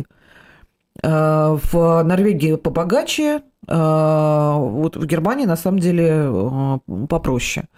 В Норвегии побогаче, вот в Германии на самом деле попроще.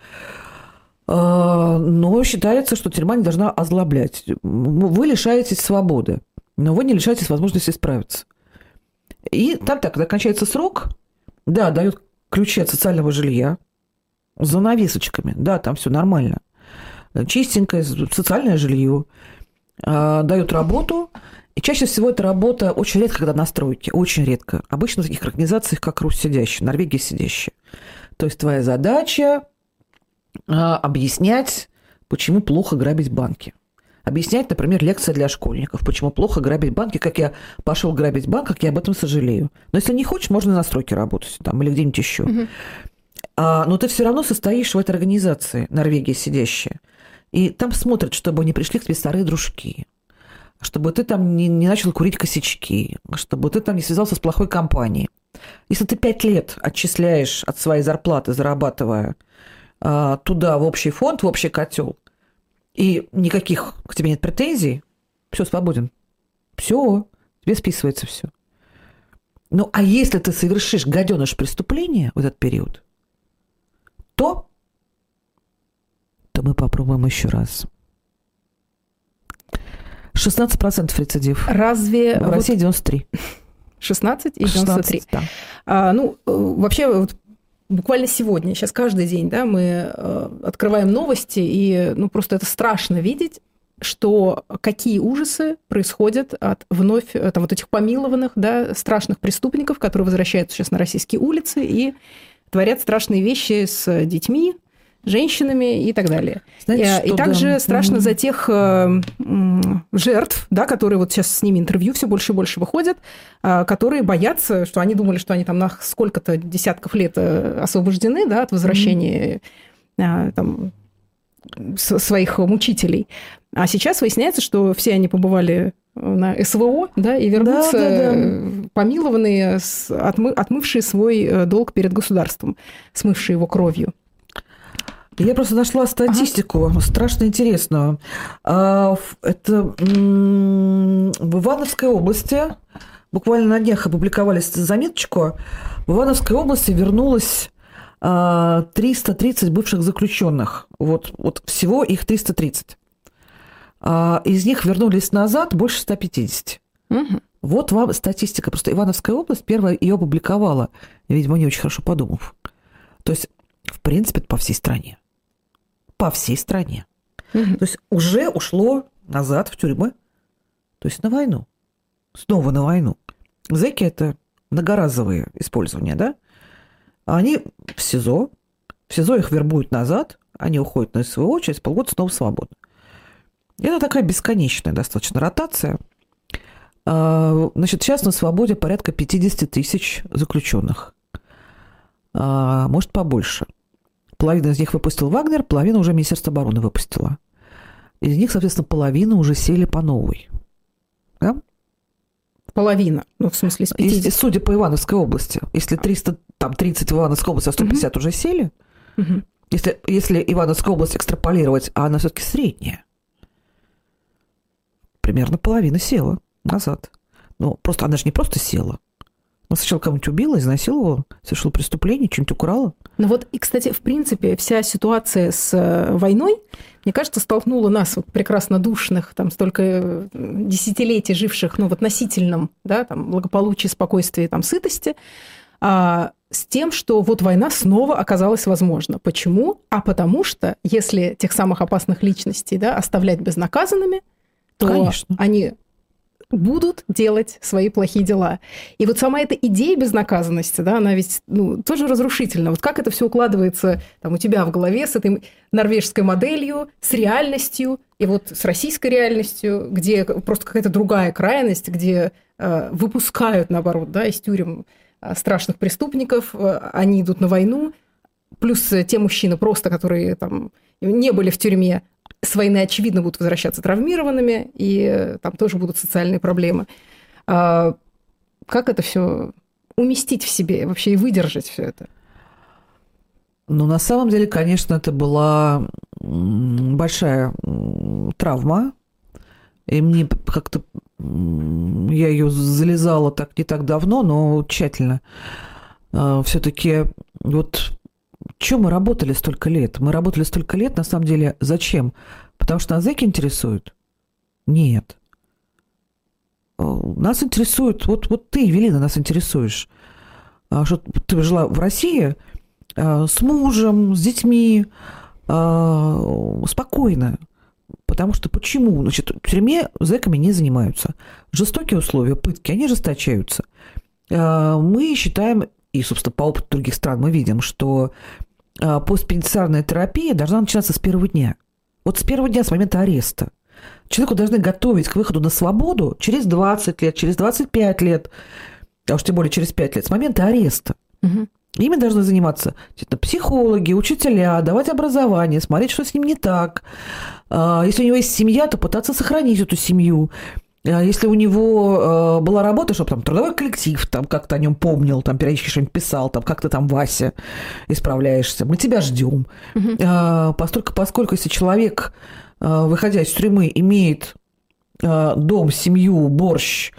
Но считается, что тюрьма не должна озлоблять. Вы лишаетесь свободы, но вы не лишаетесь возможности справиться. И там так, когда кончается срок, да, дают ключи от социального жилья с занавесочками, да, там все нормально. Чистенькое социальное жилье, дают работу. И чаще всего эта работа очень редко, когда на стройке, очень редко. Обычно в таких организациях, как «Русь сидящая», «Норвегия сидящая». То есть твоя задача объяснять, почему плохо грабить банки. Объяснять, например, лекция для школьников, почему плохо грабить банки, как я пошел грабить банк, как я об этом сожалею. Но если не хочешь, можно на стройке работать там, или где-нибудь еще. Угу. Но ты все равно состоишь в этой организации, «Норвегия сидящая». И там смотрят, чтобы не пришли к тебе старые дружки, чтобы ты там не начал курить косячки, чтобы ты там не связался с плохой компанией. Если ты 5 лет отчисляешь от своей зарплаты, зарабатывая туда, в общий фонд, в общий котел, и никаких к тебе нет претензий, все, свободен. Все, тебе списывается все. Ну, а если ты совершишь, гаденыш, преступление в этот период, то мы попробуем еще раз. 16% рецидив. Разве... В России 93. 16 и 93. 16, да. Вообще, буквально сегодня, сейчас каждый день, да, мы открываем новости, и просто это страшно видеть, что какие ужасы происходят от вновь вот этих помилованных, да, страшных преступников, которые возвращаются сейчас на российские улицы и творят страшные вещи с детьми, женщинами и так далее. Знаете, И также страшно за тех жертв, да, которые вот сейчас с ними интервью все больше и больше выходят, которые боятся, что они думали, что они там на сколько-то десятков лет освобождены, да, от возвращения там, своих мучителей. А сейчас выясняется, что все они побывали на СВО, да, и вернутся помилованные, отмывшие свой долг перед государством, смывшие его кровью. Я просто нашла статистику, страшно интересную. Это в Ивановской области, буквально на днях опубликовали заметочку, в Ивановской области вернулось 330 бывших заключенных. Вот всего их 330. Из них вернулись назад больше 150. Угу. Вот вам статистика. Просто Ивановская область первая ее опубликовала, видимо, не очень хорошо подумав. То есть, в принципе, по всей стране. По всей стране. Угу. То есть уже ушло назад в тюрьмы, то есть на войну. Снова на войну. Зэки – это многоразовые использования, да? Они в СИЗО их вербуют назад, они уходят на СВО, через полгода снова свободны. Это такая бесконечная достаточно ротация. Значит, сейчас на свободе порядка 50 тысяч заключенных. Может, побольше. Половина из них выпустил Вагнер, половина уже Министерство обороны выпустила. Из них, соответственно, половина уже сели по новой. Да? Половина, ну, в смысле, с 50. И, судя по Ивановской области, если 330 в Ивановской области, а 150 уже сели, если Ивановская область экстраполировать, а она все-таки средняя, примерно половина села назад. Ну, просто она же не просто села. Она сначала кого-нибудь убила, изнасиловала, совершила преступление, что-нибудь украла. Ну вот, и, кстати, в принципе, вся ситуация с войной, мне кажется, столкнула нас, вот, прекрасно душных, там, столько десятилетий живших, ну, в относительном, да, там, благополучии, спокойствии, там, сытости, с тем, что вот война снова оказалась возможна. Почему? А потому что, если тех самых опасных личностей, да, оставлять безнаказанными, то конечно, они будут делать свои плохие дела. И вот сама эта идея безнаказанности, да, она ведь тоже разрушительна. Вот как это все укладывается там, у тебя в голове с этой норвежской моделью, с реальностью, и вот с российской реальностью, где просто какая-то другая крайность, где выпускают, наоборот, да, из тюрем страшных преступников, они идут на войну, плюс те мужчины просто, которые там не были в тюрьме, с войны, очевидно, будут возвращаться травмированными, и там тоже будут социальные проблемы. Как это все уместить в себе вообще и выдержать все это? Ну, на самом деле, конечно, это была большая травма, и мне как-то... Я ее залезала не так давно, но тщательно. Все-таки вот... Чем мы работали столько лет? Мы работали столько лет, на самом деле, зачем? Потому что нас зэки интересуют? Нет. Нас интересует... Вот ты, Евелина, нас интересуешь. Что ты жила в России с мужем, с детьми, спокойно. Потому что почему? Значит, в тюрьме зэками не занимаются. Жестокие условия, пытки, они ожесточаются. Мы считаем... И, собственно, по опыту других стран мы видим, что постпенитенциарная терапия должна начинаться с первого дня. Вот с первого дня, с момента ареста. Человеку должны готовить к выходу на свободу через 20 лет, через 25 лет, а уж тем более через 5 лет, с момента ареста. Угу. Ими должны заниматься психологи, учителя, давать образование, смотреть, что с ним не так. Если у него есть семья, то пытаться сохранить эту семью. Если у него была работа, чтобы там трудовой коллектив там как-то о нем помнил, там периодически что-нибудь писал, там как ты там, Вася, исправляешься, мы тебя ждем. Поскольку если человек, выходя из тюрьмы, имеет дом, семью, борщ,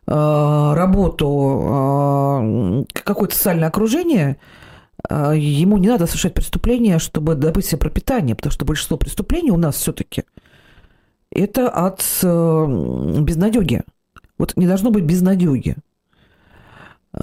работу, какое-то социальное окружение, ему не надо совершать преступления, чтобы добыть себе пропитание, потому что большинство преступлений у нас все-таки это от безнадёги. Вот не должно быть безнадёги.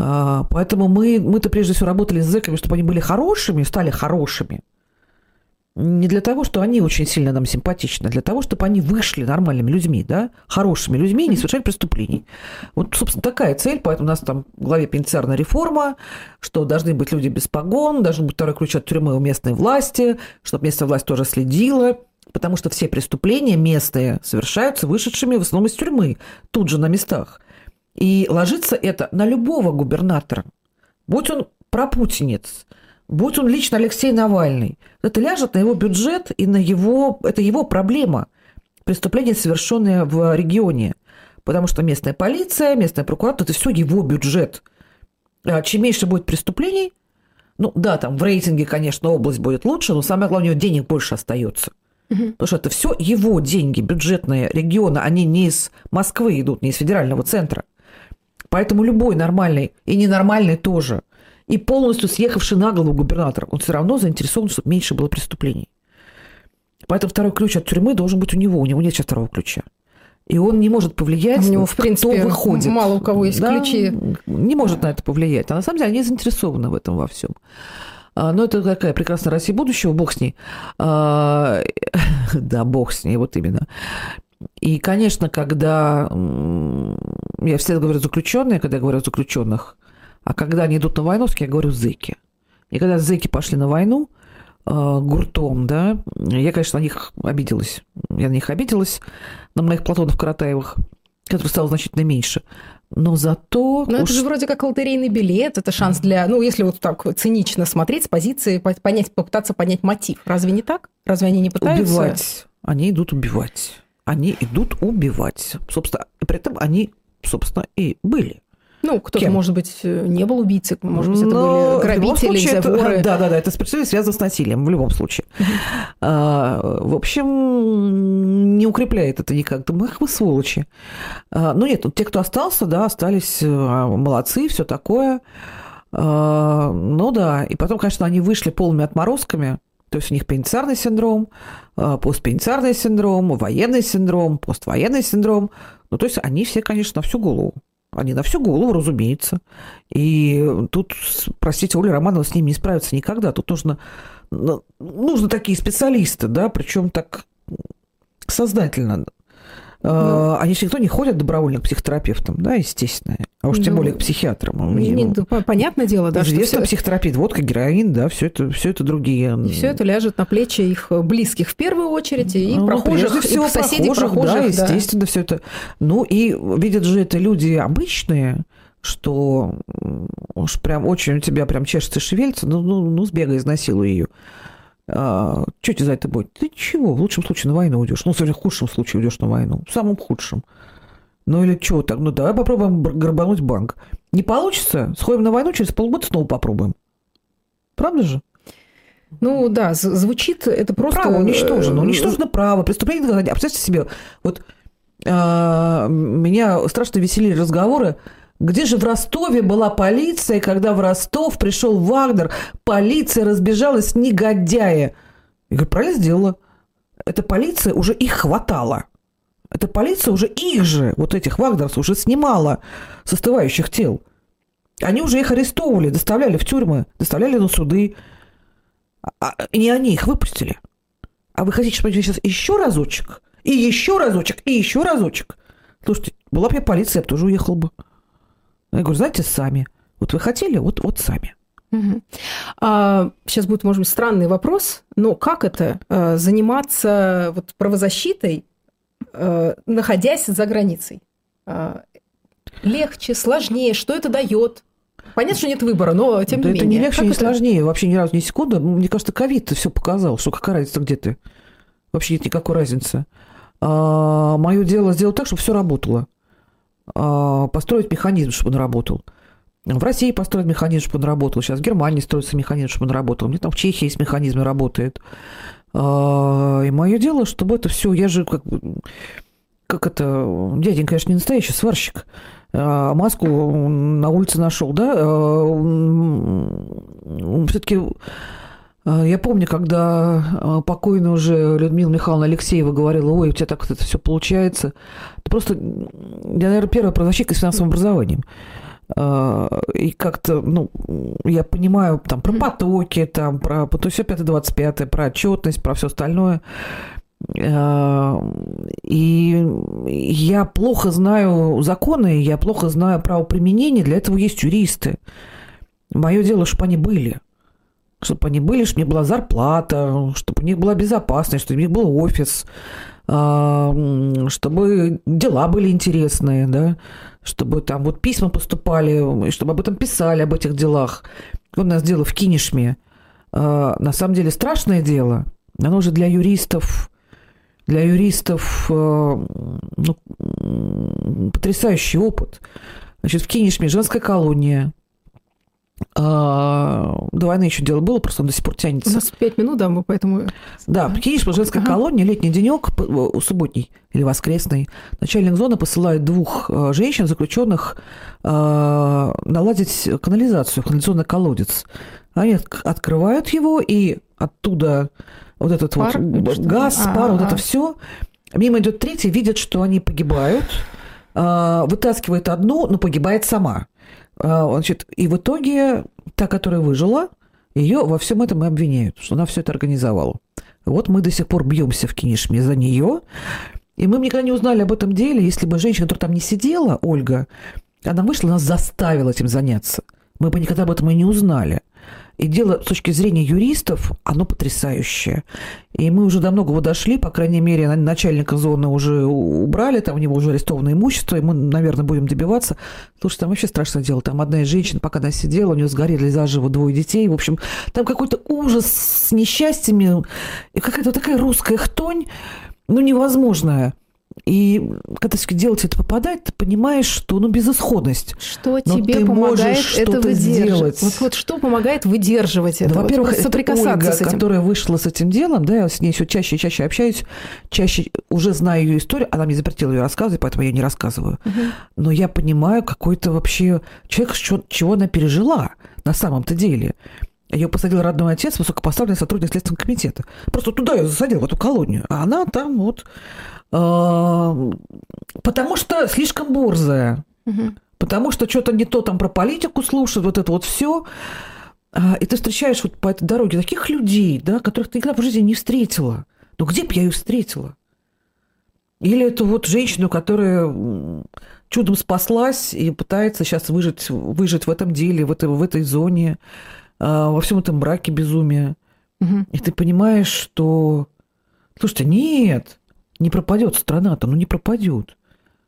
Поэтому мы-то прежде всего работали с зэками, чтобы они были хорошими, стали хорошими. не для того, что они очень сильно нам симпатичны, а для того, чтобы они вышли нормальными людьми, да, хорошими людьми, не совершали преступлений. Вот, собственно, такая цель, поэтому у нас там в главе пенитенциарная реформа, что должны быть люди без погон, должен быть второй ключ от тюрьмы у местной власти, чтобы местная власть тоже следила, потому что все преступления местные совершаются вышедшими в основном из тюрьмы, тут же на местах. И ложится это на любого губернатора, будь он пропутинец, будь он лично Алексей Навальный, это ляжет на его бюджет и на его... Это его проблема. Преступление, совершенное в регионе. Потому что местная полиция, местная прокуратура – это все его бюджет. Чем меньше будет преступлений, ну да, там в рейтинге, конечно, область будет лучше, но самое главное, у него денег больше остается. Потому что это все его деньги, бюджетные региона, они не из Москвы идут, не из федерального центра. Поэтому любой нормальный и ненормальный тоже – и полностью съехавший на голову губернатор, он все равно заинтересован, чтобы меньше было преступлений. Поэтому второй ключ от тюрьмы должен быть у него нет сейчас второго ключа. И он не может повлиять, у него, в принципе, кто выходит. Мало у кого есть ключи. Не может на это повлиять. А на самом деле они заинтересованы в этом во всем. Но это такая прекрасная Россия будущего, бог с ней. Да, бог с ней, вот именно. И, конечно, когда... Я всегда говорю заключенные, когда я говорю о заключенных, а когда они идут на войну, я говорю зэки. И когда зэки пошли на войну гуртом, да, я, конечно, на них обиделась. Я на них обиделась, на моих Платонов Каратаевых, которых стало значительно меньше. Но зато... Но это же вроде как лотерейный билет, это шанс для... Ну, если вот так цинично смотреть с позиции, попытаться понять мотив. Разве не так? Разве они не пытаются... Убивать. Они идут убивать. Они идут убивать. Собственно, и при этом они, собственно, и были. Ну, кто-то, может быть, не был убийцей, может быть, это были грабители, воры. Да, это преступление связано с насилием в любом случае. В общем, не укрепляет это никак. Думаю, ах вы сволочи. Ну нет, те, кто остался, да, остались молодцы, все такое. Ну да, и потом, конечно, они вышли полными отморозками. То есть у них пенитенциарный синдром, постпенитенциарный синдром, военный синдром, поствоенный синдром. Ну, то есть они все, конечно, на всю голову. Они на всю голову, разумеется. И тут, простите, Оля Романова с ними не справится никогда. Тут нужны такие специалисты, да, причем так сознательно. Они же никто не ходят добровольно к психотерапевтам, да, естественно. А уж тем более к психиатрам. Понятное дело, да. Известно, психотерапия, водка, героин, да, все это другие. И все это ляжет на плечи их близких в первую очередь, и прохожих, и соседей прохожих. Да, естественно, все это. Ну, и видят же это люди обычные, что уж прям очень у тебя прям чешется и шевелится, ну, сбегай, изнасилуй ее. Что тебе за это будет? Ты чего? В лучшем случае на войну уйдешь. Ну, в худшем случае уйдешь на войну. В самом худшем. Ну, или что так? Ну, давай попробуем грабануть банк. Не получится? Сходим на войну, через полгода снова попробуем. Правда же? Ну, да, звучит это просто... Право уничтожено. Уничтожено право. Преступление... А представьте себе, вот меня страшно веселили разговоры. Где же в Ростове была полиция, когда в Ростов пришел Вагнер, полиция разбежалась, негодяи? Я говорю, правильно сделала. Эта полиция уже их хватала. Эта полиция уже их же, вот этих вагнеровцев, уже снимала с остывающих тел. Они уже их арестовывали, доставляли в тюрьмы, доставляли на суды. Не они их выпустили. А вы хотите, чтобы я сейчас еще разочек, и еще разочек, и еще разочек? Слушайте, была бы я полиция, я бы тоже уехал бы. Я говорю, знаете, сами. Вот вы хотели, вот сами. Угу. Сейчас будет, может быть, странный вопрос, но как это заниматься вот правозащитой, находясь за границей? Легче, сложнее? Что это дает? Понятно, что нет выбора, но тем не менее. Это не легче, не сложнее. Вообще ни разу, ни секунды. Мне кажется, ковид-то все показал, что какая разница, где ты. Вообще нет никакой разницы. Мое дело сделать так, чтобы все работало. Построить механизм, чтобы он работал. В России построить механизм, чтобы он работал. Сейчас в Германии строится механизм, чтобы он работал. Мне там в Чехии есть механизм, работает. И мое дело, чтобы это все... Я же как это... Дяденька, конечно, не настоящий сварщик. Маску на улице нашел, да? Все-таки... Я помню, когда покойная уже Людмила Михайловна Алексеева говорила, ой, у тебя так это все получается. Это просто, я, наверное, первая правозащитка с финансовым образованием. И как-то, ну, я понимаю там про потоки, там, про то все 5-25, про отчетность, про все остальное. И я плохо знаю законы, я плохо знаю правоприменение, для этого есть юристы. Мое дело, чтобы они были. Чтобы они были, чтобы у них была зарплата, чтобы у них была безопасность, чтобы у них был офис, чтобы дела были интересные, да, чтобы там вот письма поступали, чтобы об этом писали, об этих делах. Вот у нас дело в Кинешме. На самом деле страшное дело. Оно же для юристов, ну, потрясающий опыт. Значит, в Кинешме женская колония. До войны еще дело было, просто он до сих пор тянется. У нас 5 минут, да, мы поэтому... Да, в Кинешме женская колония, летний денек, субботний или воскресный. Начальник зоны посылает 2 женщин, заключенных, наладить канализационный колодец. Они открывают его, и оттуда вот этот пар, вот газ, пар, вот это все. Мимо идет третий, видит, что они погибают, вытаскивает одну, но погибает сама. Значит, и в итоге та, которая выжила, ее во всем этом и обвиняют, что она все это организовала. Вот мы до сих пор бьемся в Кинешме за нее, и мы никогда не узнали об этом деле, если бы женщина, которая там не сидела, Ольга, она вышла, нас заставила этим заняться. Мы бы никогда об этом и не узнали. И дело с точки зрения юристов, оно потрясающее. И мы уже до многого дошли, по крайней мере, начальника зоны уже убрали, там у него уже арестовано имущество, и мы, наверное, будем добиваться. Слушай, там вообще страшное дело. Там одна из женщин, пока она сидела, у нее сгорели заживо 2 детей. В общем, там какой-то ужас с несчастьями, и какая-то такая русская хтонь, ну, невозможная. И когда все-таки дело тебе это попадает, ты понимаешь, что, ну, безысходность. Что тебе помогает это выдерживать? Вот что помогает выдерживать это? Да, во-первых, вот соприкасаться это Ольга, с этим. Которая вышла с этим делом, да, я с ней все чаще и чаще общаюсь, чаще уже знаю ее историю, она мне запретила ее рассказывать, поэтому я не рассказываю. Но я понимаю, какой-то вообще человек, чего она пережила на самом-то деле. Ее посадил родной отец, высокопоставленный сотрудник Следственного комитета. Просто туда ее засадил, в эту колонию. А она там вот... Потому что слишком борзая. Потому что что-то не то там про политику слушает, вот это вот все. И ты встречаешь вот по этой дороге таких людей, да, которых ты никогда в жизни не встретила. Ну где бы я ее встретила? Или это вот женщину, которая чудом спаслась и пытается сейчас выжить в этом деле, в этой зоне, во всем этом браке безумия. И ты понимаешь, что... Слушайте, нет, не пропадет страна-то, ну не пропадет.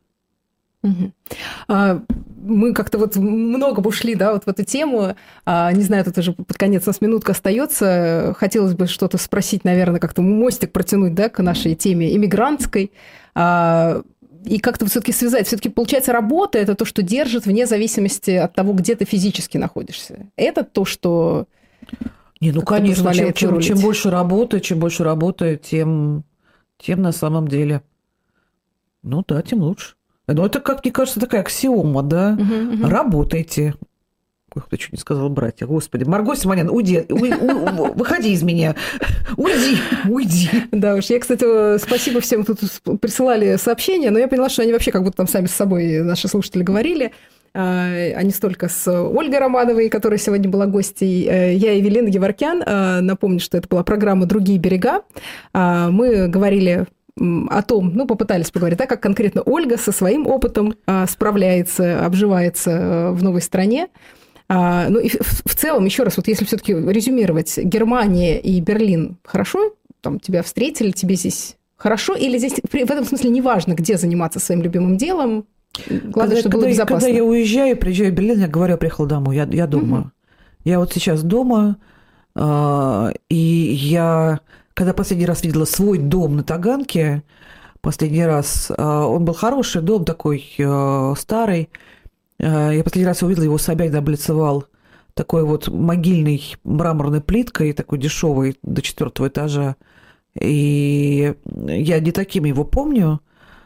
Мы как-то вот много бы ушли, да, вот в эту тему. Не знаю, тут уже под конец у нас минутка остается. Хотелось бы что-то спросить, наверное, как-то мостик протянуть, да, к нашей теме иммигрантской. И как-то все-таки связать. Все-таки, получается, работа – это то, что держит вне зависимости от того, где ты физически находишься. Это то, что... Не, ну, конечно, чем больше работы, тем на самом деле. Ну да, тем лучше. Ну, это, как мне кажется, такая аксиома, да? Работайте. Ой, кто чуть не сказал, братья. Господи, Марго Симонян, уйди, выходи из меня. Уйди. Да уж, я, кстати, спасибо всем, кто тут присылали сообщения, но я поняла, что они вообще как будто там сами с собой, наши слушатели, говорили, а не столько с Ольгой Романовой, которая сегодня была гостьей. Я Евелина Геворкян. Напомню, что это была программа «Другие берега». Мы говорили о том, ну, попытались поговорить, да, как конкретно Ольга со своим опытом справляется, обживается в новой стране. Ну, и в целом, еще раз, вот если все-таки резюмировать, Германия и Берлин хорошо там тебя встретили, тебе здесь хорошо, или здесь в этом смысле неважно, где заниматься своим любимым делом, главное, чтобы было безопасно? Когда я приезжаю в Берлин, я говорю, я приехала домой, я дома. Я вот сейчас дома, и я... Когда последний раз видела свой дом на Таганке, он был хороший дом, такой старый. Я последний раз увидела его, Собянин облицевал такой вот могильной мраморной плиткой, такой дешевой, до 4-го этажа. И я не таким его помню,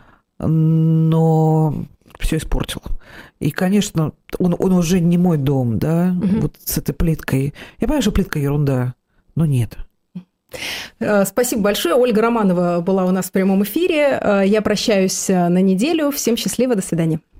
но все испортил. И, конечно, он уже не мой дом, да, вот с этой плиткой. Я понимаю, что плитка ерунда, но нет. Спасибо большое. Ольга Романова была у нас в прямом эфире. Я прощаюсь на неделю. Всем счастливо. До свидания.